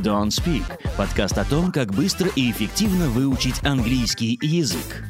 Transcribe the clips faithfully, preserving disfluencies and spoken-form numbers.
Don't Speak – подкаст о том, как быстро и эффективно выучить английский язык.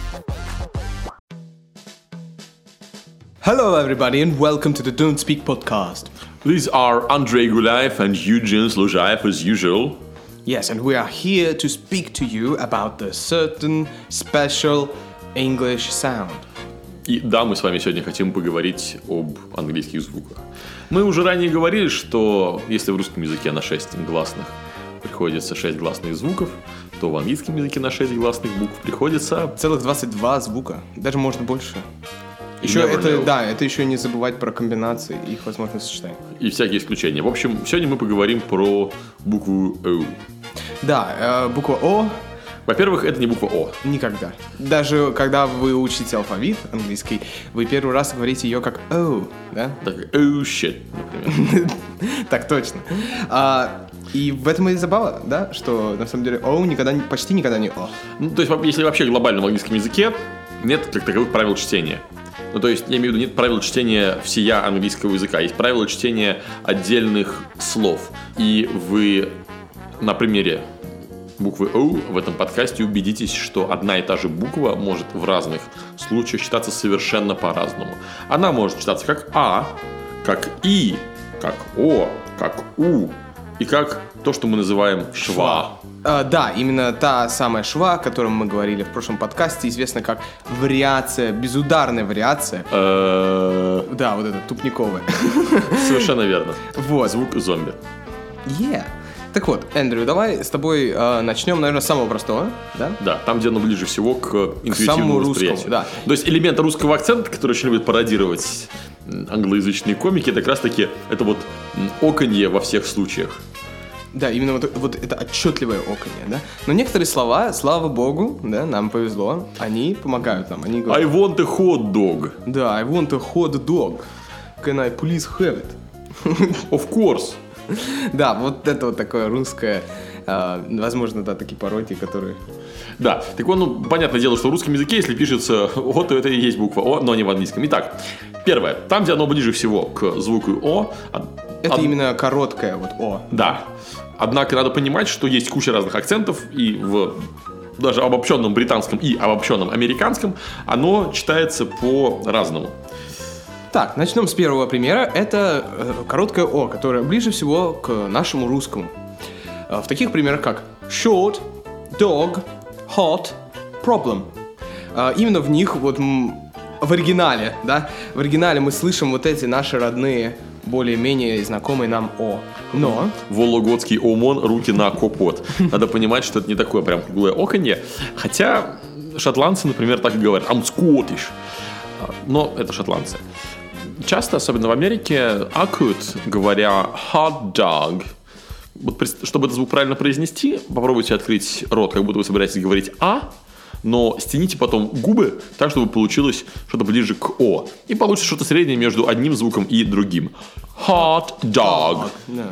Hello everybody and welcome to the Don't Speak podcast. These are Andrei Gulaev and Eugene Sluzhaev as usual. Yes, and we are here to speak to you about the certain special English sound. И да, мы с вами сегодня хотим поговорить об английских звуках. Мы уже ранее говорили, что если в русском языке на шесть гласных приходится шесть гласных звуков, то в английском языке на шесть гласных букв приходится... Целых двадцать два звука, даже может больше. Еще Never это, know. да, это еще не забывать про комбинации и их возможное сочетание. И всякие исключения. В общем, сегодня мы поговорим про букву О. Да, э, буква О. Во-первых, это не буква О. Никогда. Даже когда вы учите алфавит английский, вы первый раз говорите ее как О, да? Так, oh shit, например. Так точно. А, и в этом и забава, да, что на самом деле О никогда, не- почти никогда не О. Ну, то есть, если вообще глобально в английском языке нет как таковых правил чтения. Ну, то есть, я имею в виду, нет правил чтения всея английского языка. Есть правила чтения отдельных слов. И вы на примере буквы О в этом подкасте убедитесь, что одна и та же буква может в разных случаях читаться совершенно по-разному. Она может читаться как А, как И, как О, как У и как то, что мы называем шва. А, да, именно та самая шва, о которой мы говорили в прошлом подкасте, известна как вариация, безударная вариация. Э, Да, вот эта тупниковая. Совершенно верно. Вот. Звук зомби. Yeah. Так вот, Эндрю, давай с тобой э, начнем, наверное, с самого простого, да? Да, там, где оно ближе всего к самому интуитивному русскому, восприятию. да. То есть элемент русского акцента, который очень любят пародировать англоязычные комики, это как раз таки это вот оканье во всех случаях. Да, именно вот, вот это отчетливое оконье, да? Но некоторые слова, слава богу, да, нам повезло, они помогают нам, они говорят... I want a hot dog. Да, I want a hot dog. Can I please have it? Of course. Да, вот это вот такое русское, э, возможно, да, такие пародии, которые... Да, так вот, ну, понятное дело, что в русском языке, если пишется О, то это и есть буква О, но не в английском. Итак, первое, там, где оно ближе всего к звуку О... од- Это од- именно короткое вот О. Да. Однако надо понимать, что есть куча разных акцентов, и в даже обобщенном британском и обобщенном американском оно читается по-разному. Так, начнем с первого примера. Это э, короткое О, которое ближе всего к нашему русскому. Э, в таких примерах как short, dog, hot, problem. Э, именно в них вот м, в оригинале, да, в оригинале мы слышим вот эти наши родные, более-менее знакомые нам О. Но... Вологодский ОМОН, руки на капот. Надо понимать, что это не такое прям круглое оконье. Хотя шотландцы, например, так и говорят I'm Scottish. Но это шотландцы. Часто, особенно в Америке, акают, говоря hot dog. Вот, пред- чтобы этот звук правильно произнести, попробуйте открыть рот, как будто вы собираетесь говорить А, но стяните потом губы так, чтобы получилось что-то ближе к О. И получится что-то среднее между одним звуком и другим. Hot dog. Да.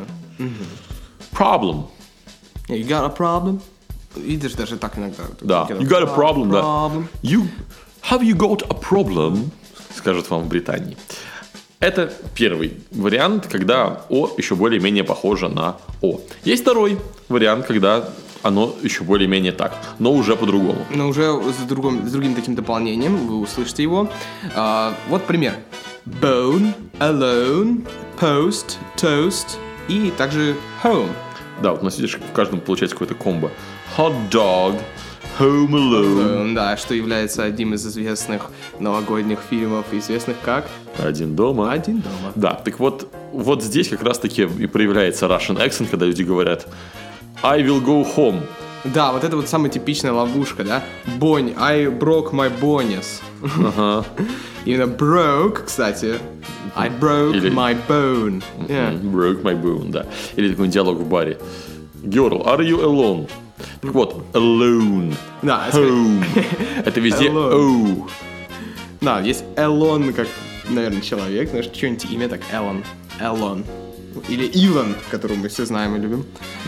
Problem. Yeah, you got a problem? Видишь, даже так иногда. Да. You got a problem, да. Problem. You, have you got a problem? Скажут вам в Британии. Это первый вариант, когда О еще более-менее похоже на О. Есть второй вариант, когда оно еще более-менее так, но уже по-другому. Но уже с, другом, с другим таким дополнением, вы услышите его. А, вот пример. Bone, alone, post, toast и также home. Да, вот у нас, видишь, в каждом получается какой-то комбо. Hot dog, home alone. Alone, да, что является одним из известных новогодних фильмов, известных как Один дома. «Один дома». Да, так вот, вот здесь как раз-таки и проявляется Russian accent, когда люди говорят I will go home. Да, вот это вот самая типичная ловушка, да? Бонь, I broke my bonus. Ага. Именно broke, кстати. I broke Или- my bone. Yeah. Mm, Broke my bone, да. Или такой диалог в баре. Girl, are you alone? Так вот, alone. Да, это- Home. Это везде Alone. O. Да, есть Элон, как, наверное, человек, знаешь, что-нибудь имя так, Элон. Элон. Или Илон, которого мы все знаем и любим.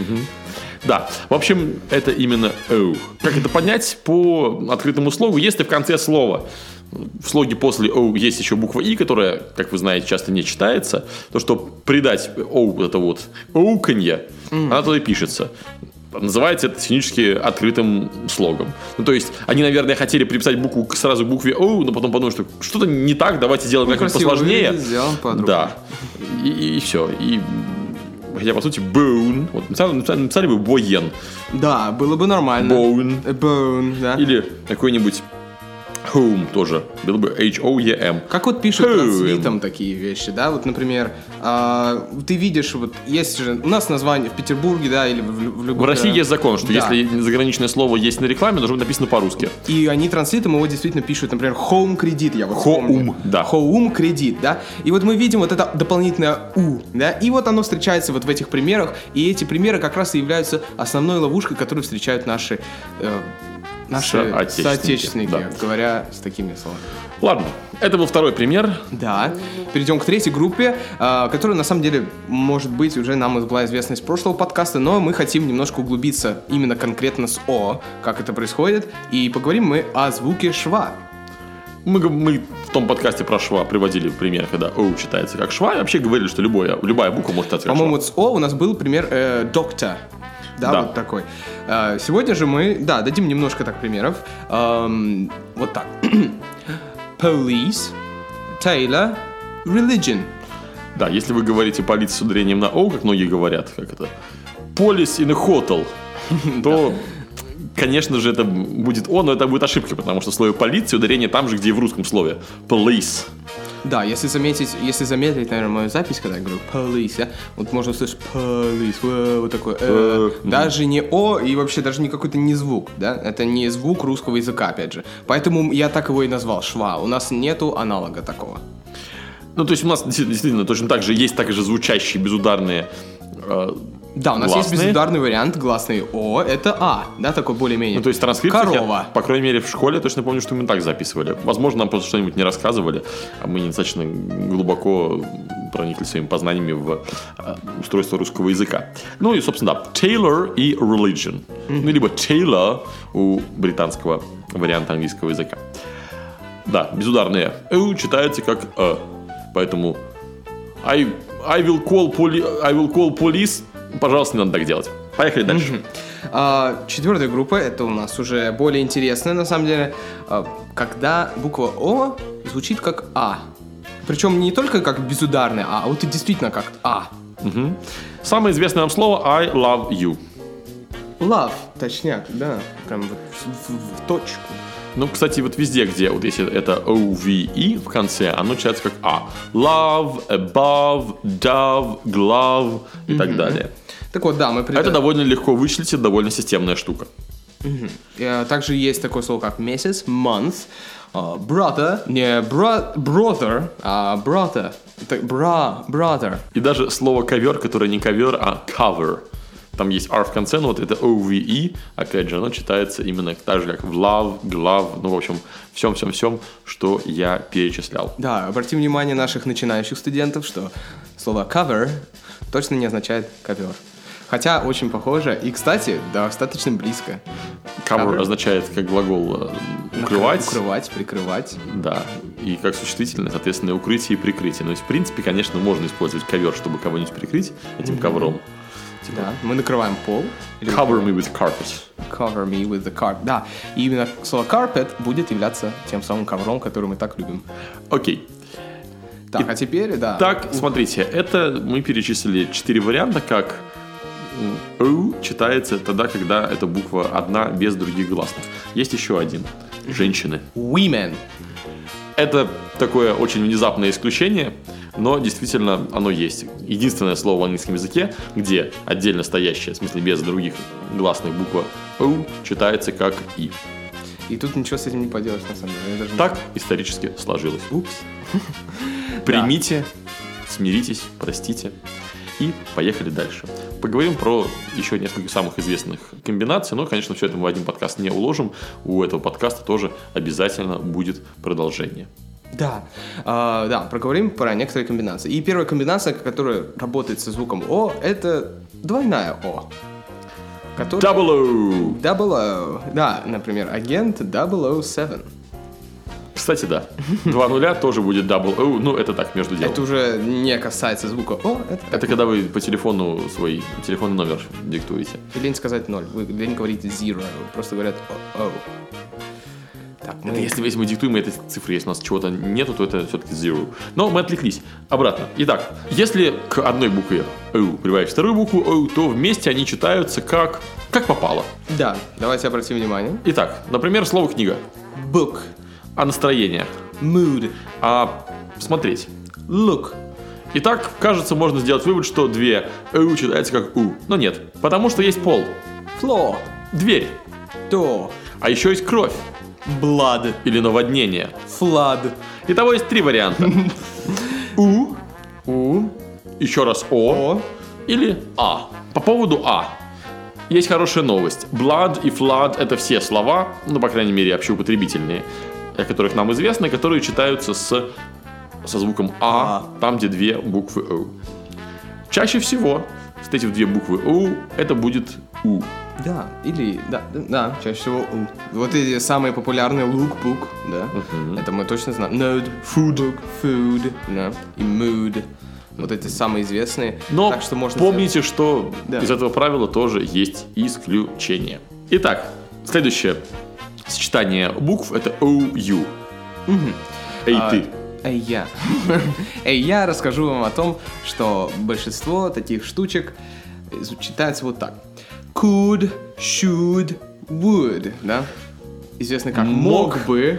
Да, в общем, это именно O. Как это понять по открытому слову? Если в конце слова в слоге после O есть еще буква И, которая, как вы знаете, часто не читается. То, что придать O, это вот оуканье, mm. она туда и пишется. Называется это технически открытым слогом. Ну, то есть, они, наверное, хотели приписать букву сразу к букве O, но потом подумали, что что-то не так, давайте сделаем ну, как-нибудь посложнее. Сделаем по-другому. Да. И, и, и все. И, хотя, по сути, bone. Вот, написали, написали бы боен. Да, было бы нормально. Bone. Bone, да. Или какой-нибудь home тоже. Было бы эйч о и эм. Как вот пишут транслитом такие вещи, да? Вот, например, э, ты видишь, вот есть же у нас название в Петербурге, да, или в, в любом... В России есть закон, что да. если заграничное слово есть на рекламе, должно быть написано по-русски. И они транслитом его действительно пишут, например, home кредит, я вот Home, да. Home кредит, да? И вот мы видим вот это дополнительное У, да? И вот оно встречается вот в этих примерах, и эти примеры как раз и являются основной ловушкой, которую встречают наши... Э, Наши соотечественники, соотечественники да. говоря с такими словами. Ладно, это был второй пример. Да, перейдем к третьей группе, которая на самом деле, может быть, уже нам была известна из прошлого подкаста, но мы хотим немножко углубиться именно конкретно с О, как это происходит, и поговорим мы о звуке шва. Мы, мы в том подкасте про шва приводили пример, когда О читается как шва, и вообще говорили, что любое, любая буква может читаться как По-моему, шва. вот с О у нас был пример э, доктор. Да, да, вот такой. Сегодня же мы, да, дадим немножко так примеров. Эм, вот так. Police, Taylor, religion. Да, если вы говорите полиция с ударением на О, как многие говорят, как это, police in a hotel, то, конечно же, это будет О, но это будет ошибка, потому что в слове полиция ударение там же, где и в русском слове. Police. Да, если заметить, если заметить, наверное, мою запись, когда я говорю police, да, вот можно услышать police, вот такой, э, даже не О и вообще даже не какой-то не звук, да, это не звук русского языка, опять же. Поэтому я так его и назвал, шва. У нас нету аналога такого. Ну, то есть у нас действительно точно так же есть так же звучащие безударные э, Да, у нас гласные. есть безударный вариант, гласный О, это А, да, такой более-менее. Ну, то есть транскрипция, корова. Я, по крайней мере, в школе я точно помню, что мы так записывали. Возможно, нам просто что-нибудь не рассказывали, а мы недостаточно глубоко проникли своими познаниями в э, устройство русского языка. Ну и, собственно, да, Taylor и religion. Mm-hmm. Ну, либо Taylor у британского варианта английского языка. Да, безударное «э» читается как «э». Поэтому I, I, will call poli- I will call police. Пожалуйста, не надо так делать. Поехали дальше. Mm-hmm. А, четвертая группа, это у нас уже более интересная, на самом деле, а, когда буква О звучит как А. Причем не только как безударное А, а вот и действительно как А. Угу. Самое известное нам слово I love you. Love, точняк, да. Прям вот в, в, в точку. Ну, кстати, вот везде, где вот если это о ви и в конце, оно читается как А. Love, above, dove, glove и mm-hmm. так далее. Так вот, да, мы придали... Это довольно легко вычислить, это довольно системная штука. Mm-hmm. Также есть такое слово, как месяц, month, uh, brother, не bro- brother, а brother, это bra, brother. И даже слово ковер, которое не ковер, а cover. Там есть R в конце, но вот это о ви и, опять же, оно читается именно так же, как в love, glove, ну, в общем, всем-всем-всем, что я перечислял. Да, обратим внимание наших начинающих студентов, что слово cover точно не означает ковер. Хотя очень похоже, и, кстати, достаточно близко. Cover, cover означает как глагол укрывать. Укрывать, прикрывать. Да, и как существительное, соответственно, укрытие и прикрытие. Ну, то есть, в принципе, конечно, можно использовать ковер, чтобы кого-нибудь прикрыть этим mm-hmm. ковром. Типа, да, мы накрываем пол. Cover me with carpet. Cover me with the carpet. Да, и именно слово carpet будет являться тем самым ковром, который мы так любим. Окей. Так, и, а теперь, да. Так, смотрите, это мы перечислили четыре варианта, как «о» читается тогда, когда эта буква одна без других гласных. Есть еще один. Женщины. Women. Это такое очень внезапное исключение, но действительно оно есть. Единственное слово в английском языке, где отдельно стоящее, в смысле без других гласных, буква «о» читается как «и». И тут ничего с этим не поделаешь, на самом деле. Даже так не... исторически сложилось. Упс. Примите, смиритесь, простите. И поехали дальше. Поговорим про еще несколько самых известных комбинаций. Но, конечно, все это мы в один подкаст не уложим. У этого подкаста тоже обязательно будет продолжение. Да, э, да, проговорим про некоторые комбинации. И первая комбинация, которая работает со звуком О, это двойная О. Которая... Double O. Double O. Да, например, агент double о семь. Кстати, да. Два нуля тоже будет double O. Ну, это так, между делом. Это уже не касается звука О. Это, это когда вы по телефону свой телефонный номер диктуете. Лень сказать ноль. Вы лень говорите zero. Просто говорят О. Так, мы... если, если мы диктуем эти цифры, если у нас чего-то нету, то это все-таки zero. Но мы отвлеклись. Обратно. Итак, если к одной букве O прибавить вторую букву O, то вместе они читаются как, как попало. Да, давайте обратим внимание. Итак, например, слово книга. Book. А настроение? Mood. А смотреть? Look. Итак, кажется, можно сделать вывод, что две O читаются как U. Но нет, потому что есть пол. Floor. Дверь. Door. А еще есть кровь. Blood. Или наводнение. Flood. Итого есть три варианта. У. У. Еще раз О. О. Или А. По поводу А. Есть хорошая новость. Blood и flood — это все слова, ну, по крайней мере, общеупотребительные, о которых нам известно, которые читаются с, со звуком А, а, там, где две буквы О. Чаще всего, встретив две буквы О, это будет У. Да, или, да, да, чаще всего У. Вот эти самые популярные lookbook, да, uh-huh. это мы точно знаем. Node, food, book, food, да, и mood. Вот эти самые известные. Но так что можно помните, сделать... что да. из этого правила тоже есть исключение. Итак, следующее сочетание букв — это О-Ю. Угу. Эй, а, ты. Эй, я. Эй, я расскажу вам о том, что большинство таких штучек читается вот так. Could, should, would, да? Известно как мог, мог бы,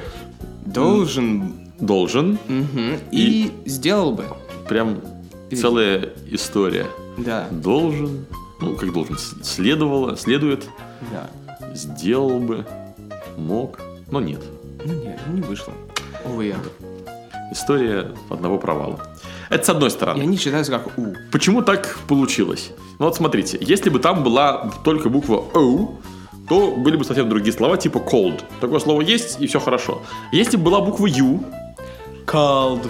должен, должен угу. и, и сделал бы. Прям целая история. Да. Должен, ну как должен, следовало, следует, да. сделал бы, мог, но нет. Ну нет, не вышло. Увы. История одного провала. Это с одной стороны. И они читаются как У. Почему так получилось? Ну вот смотрите, если бы там была только буква О, то были бы совсем другие слова, типа cold. Такое слово есть, и все хорошо. Если бы была буква Ю, called,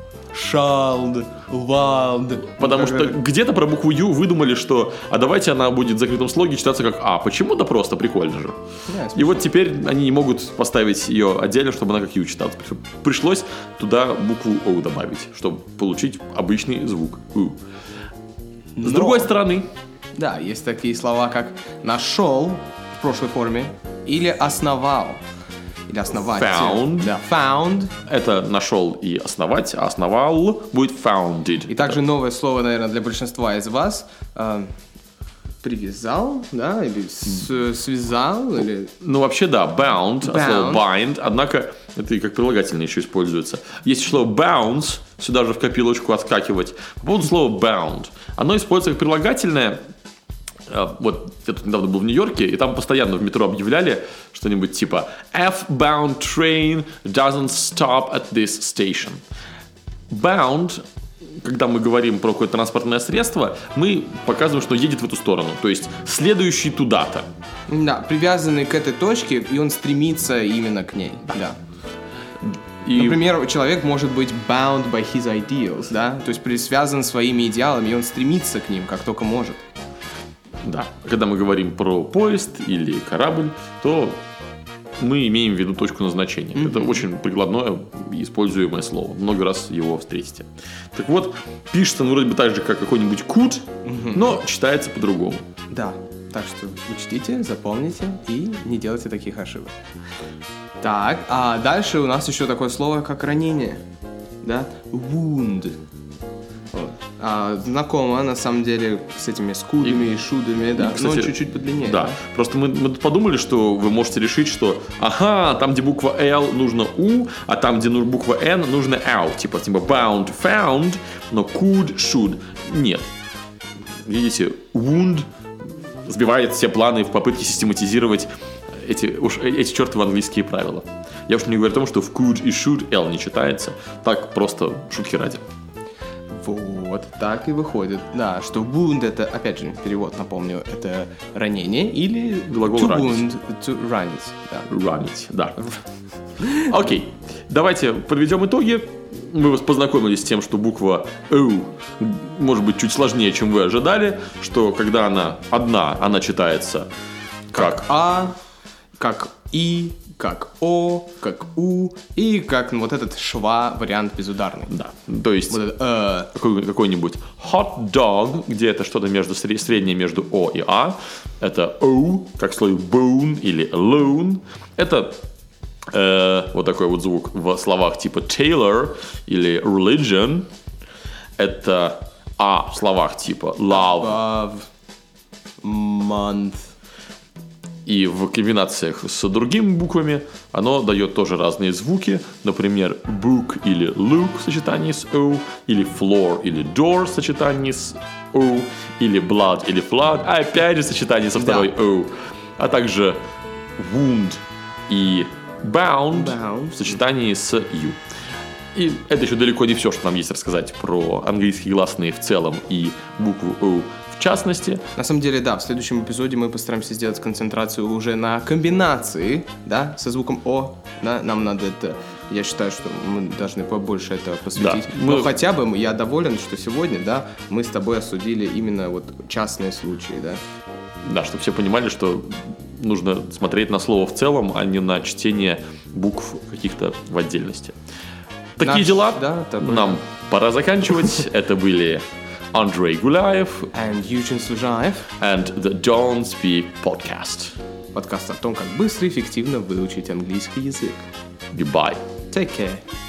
shalled, wild. Потому что где-то про букву Ю выдумали, что а давайте она будет в закрытом слоге читаться как А. Почему-то просто, прикольно же. Да, и вот теперь они не могут поставить ее отдельно, чтобы она как Ю читалась. Пришлось туда букву О добавить, чтобы получить обычный звук У. С Но, другой стороны... Да, есть такие слова, как нашел в прошлой форме или основал. Или основать. Found. Да, found. Это нашел и основать, а основал будет founded. И также новое слово, наверное, для большинства из вас. Э, привязал, да, или с, связал, или... Ну, вообще, да, bound, bound. От слова bind, однако это и как прилагательное еще используется. Есть слово bounce, сюда же в копилочку отскакивать. По поводу слова bound. Оно используется как прилагательное. Вот, я тут недавно был в Нью-Йорке, и там постоянно в метро объявляли что-нибудь типа F-bound train doesn't stop at this station. Bound, когда мы говорим про какое-то транспортное средство, мы показываем, что едет в эту сторону, то есть следующий туда-то. Да, привязанный к этой точке, и он стремится именно к ней. Да. И... Например, человек может быть bound by his ideals, да, то есть связан своими идеалами, и он стремится к ним, как только может. Да, когда мы говорим про поезд или корабль, то мы имеем в виду точку назначения. Mm-hmm. Это очень прикладное и используемое слово. Много раз его встретите. Так вот, пишется ну, вроде бы так же, как какой-нибудь could, mm-hmm. но читается по-другому. Да, так что учтите, запомните и не делайте таких ошибок. Так, а дальше у нас еще такое слово, как ранение. Да? Wound. Вот. А, знакомо, на самом деле, с этими скудами и, и шудами, да, и, кстати, но чуть-чуть подлиннее. Да, просто мы, мы подумали, что вы можете решить, что ага, там, где буква L, нужно U, а там, где буква N, нужно L. Типа, типа bound, found, но could, should. Нет. Видите, wound сбивает все планы в попытке систематизировать эти, уж, эти чертовы английские правила. Я уж не говорю о том, что в could и should L не читается. Так просто шутки ради. Вот, так и выходит. Да, что wound это, опять же, перевод, напомню, это ранение или глагол to ранить. wound, to ранить. Да. Ранить, да. Окей, давайте подведем итоги. Мы познакомились с тем, что буква O может быть чуть сложнее, чем вы ожидали, что когда она одна, она читается как, как А, как И, как О, как У и как ну, вот этот шва вариант безударный. Да, то есть Вот это, э, какой- какой-нибудь hot dog, где это что-то между сре- среднее между О и А. Это O, как в слове bone или alone. Это э, вот такой вот звук в словах типа Taylor или religion. Это А в словах типа love. love, month. И в комбинациях с другими буквами оно дает тоже разные звуки. Например, book или look в сочетании с O, или floor или door в сочетании с O, или blood или flood, а опять же в сочетании со второй Да. O. А также wound и bound, Bound. в сочетании с U. И это еще далеко не все, что нам есть рассказать про английские гласные в целом и букву O в частности. На самом деле, да, в следующем эпизоде мы постараемся сделать концентрацию уже на комбинации, да, со звуком О, да, нам надо это, я считаю, что мы должны побольше это посвятить. Да, Но мы- хотя бы я доволен, что сегодня, да, мы с тобой осудили именно вот частные случаи, да. Да, чтобы все понимали, что нужно смотреть на слово в целом, а не на чтение букв каких-то в отдельности. Такие Наш- дела. да, такой, Нам да. пора заканчивать. Это были Андрей Гуляев And Юджин Служаев, and the Don't Speak Podcast. подкаст о том, как быстро и эффективно выучить английский язык. Goodbye. Take care.